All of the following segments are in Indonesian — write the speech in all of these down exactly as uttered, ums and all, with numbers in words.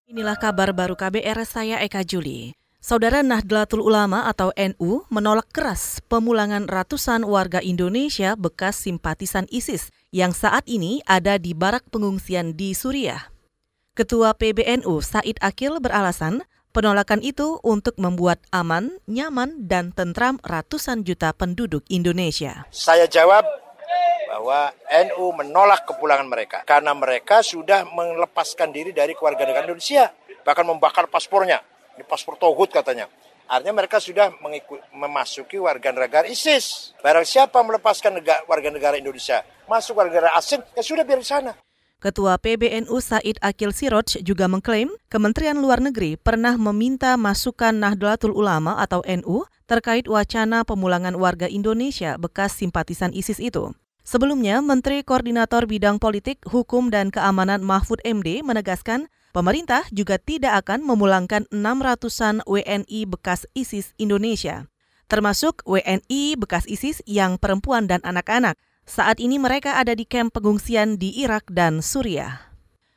Inilah kabar baru K B R, saya Eka Juli. Saudara Nahdlatul Ulama atau N U menolak keras pemulangan ratusan warga Indonesia bekas simpatisan ISIS yang saat ini ada di barak pengungsian di Suriah. Ketua P B N U Said Akil beralasan penolakan itu untuk membuat aman, nyaman, dan tentram ratusan juta penduduk Indonesia. Saya jawab bahwa N U menolak kepulangan mereka karena mereka sudah melepaskan diri dari kewarganegaraan Indonesia, bahkan membakar paspornya. Ini paspor Tauhid katanya. Artinya mereka sudah mengikut, memasuki warga negara ISIS. Barang siapa melepaskan negara, warga negara Indonesia masuk warga negara asing, ya sudah biar di sana. Ketua P B N U Said Akil Siroj juga mengklaim Kementerian Luar Negeri pernah meminta masukan Nahdlatul Ulama atau N U terkait wacana pemulangan warga Indonesia bekas simpatisan ISIS itu. Sebelumnya, Menteri Koordinator Bidang Politik, Hukum, dan Keamanan Mahfud M D menegaskan pemerintah juga tidak akan memulangkan enam ratusan W N I bekas ISIS Indonesia, termasuk W N I bekas ISIS yang perempuan dan anak-anak. Saat ini mereka ada di kamp pengungsian di Irak dan Suriah.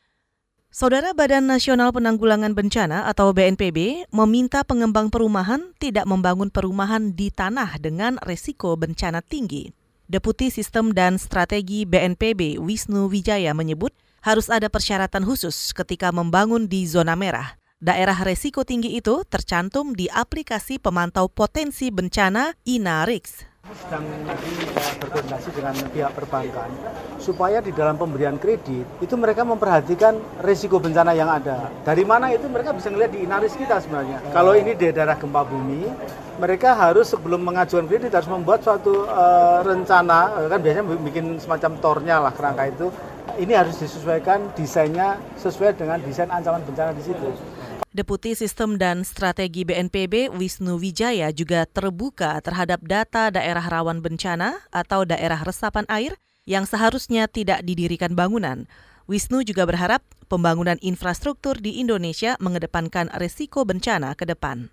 Saudara Badan Nasional Penanggulangan Bencana atau B N P B meminta pengembang perumahan tidak membangun perumahan di tanah dengan resiko bencana tinggi. Deputi Sistem dan Strategi B N P B Wisnu Wijaya menyebut harus ada persyaratan khusus ketika membangun di zona merah. Daerah resiko tinggi itu tercantum di aplikasi pemantau potensi bencana INARIX. Sedang lagi berkoordinasi dengan pihak perbankan supaya di dalam pemberian kredit itu mereka memperhatikan risiko bencana yang ada. Dari mana itu mereka bisa melihat di INARIX kita sebenarnya. Kalau ini di daerah gempa bumi, mereka harus sebelum mengajukan kredit harus membuat suatu uh, rencana, kan biasanya bikin semacam tornya lah kerangka itu. Ini harus disesuaikan desainnya sesuai dengan desain ancaman bencana di situ. Deputi Sistem dan Strategi B N P B Wisnu Wijaya juga terbuka terhadap data daerah rawan bencana atau daerah resapan air yang seharusnya tidak didirikan bangunan. Wisnu juga berharap pembangunan infrastruktur di Indonesia mengedepankan risiko bencana ke depan.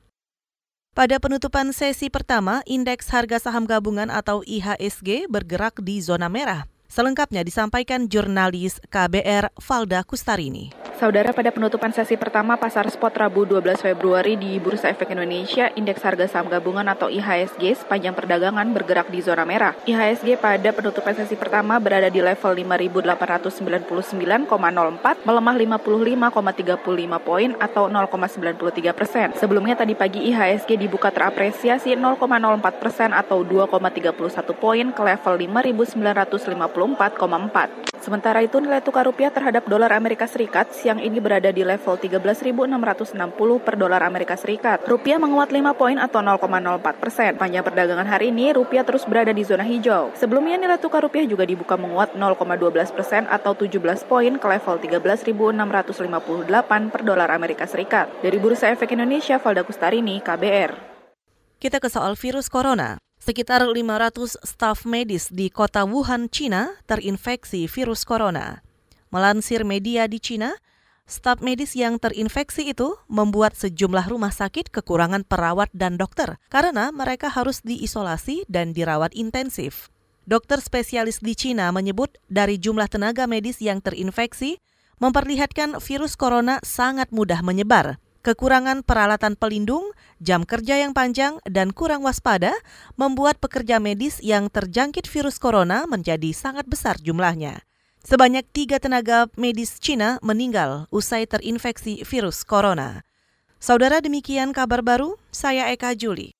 Pada penutupan sesi pertama, Indeks Harga Saham Gabungan atau I H S G bergerak di zona merah. Selengkapnya disampaikan jurnalis K B R Valda Kustarini. Saudara, pada penutupan sesi pertama pasar spot Rabu dua belas Februari di Bursa Efek Indonesia, Indeks Harga Saham Gabungan atau I H S G sepanjang perdagangan bergerak di zona merah. I H S G pada penutupan sesi pertama berada di level lima ribu delapan ratus sembilan puluh sembilan koma nol empat, melemah lima puluh lima koma tiga lima poin atau nol koma sembilan tiga persen. Sebelumnya tadi pagi I H S G dibuka terapresiasi nol koma nol empat persen atau dua koma tiga satu poin ke level lima ribu sembilan ratus lima puluh empat koma empat. Sementara itu nilai tukar rupiah terhadap dolar Amerika Serikat siang ini berada di level tiga belas ribu enam ratus enam puluh per dolar Amerika Serikat. Rupiah menguat lima poin atau nol koma nol empat persen. Panjang perdagangan hari ini, rupiah terus berada di zona hijau. Sebelumnya nilai tukar rupiah juga dibuka menguat nol koma dua belas persen atau tujuh belas poin ke level tiga belas ribu enam ratus lima puluh delapan per dolar Amerika Serikat. Dari Bursa Efek Indonesia, Valda Kustarini, K B R. Kita ke soal virus corona. Sekitar lima ratus staf medis di kota Wuhan, China terinfeksi virus corona. Melansir media di China, staf medis yang terinfeksi itu membuat sejumlah rumah sakit kekurangan perawat dan dokter karena mereka harus diisolasi dan dirawat intensif. Dokter spesialis di China menyebut dari jumlah tenaga medis yang terinfeksi memperlihatkan virus corona sangat mudah menyebar. Kekurangan peralatan pelindung, jam kerja yang panjang, dan kurang waspada membuat pekerja medis yang terjangkit virus corona menjadi sangat besar jumlahnya. Sebanyak tiga tenaga medis Cina meninggal usai terinfeksi virus corona. Saudara, demikian kabar baru, saya Eka Juli.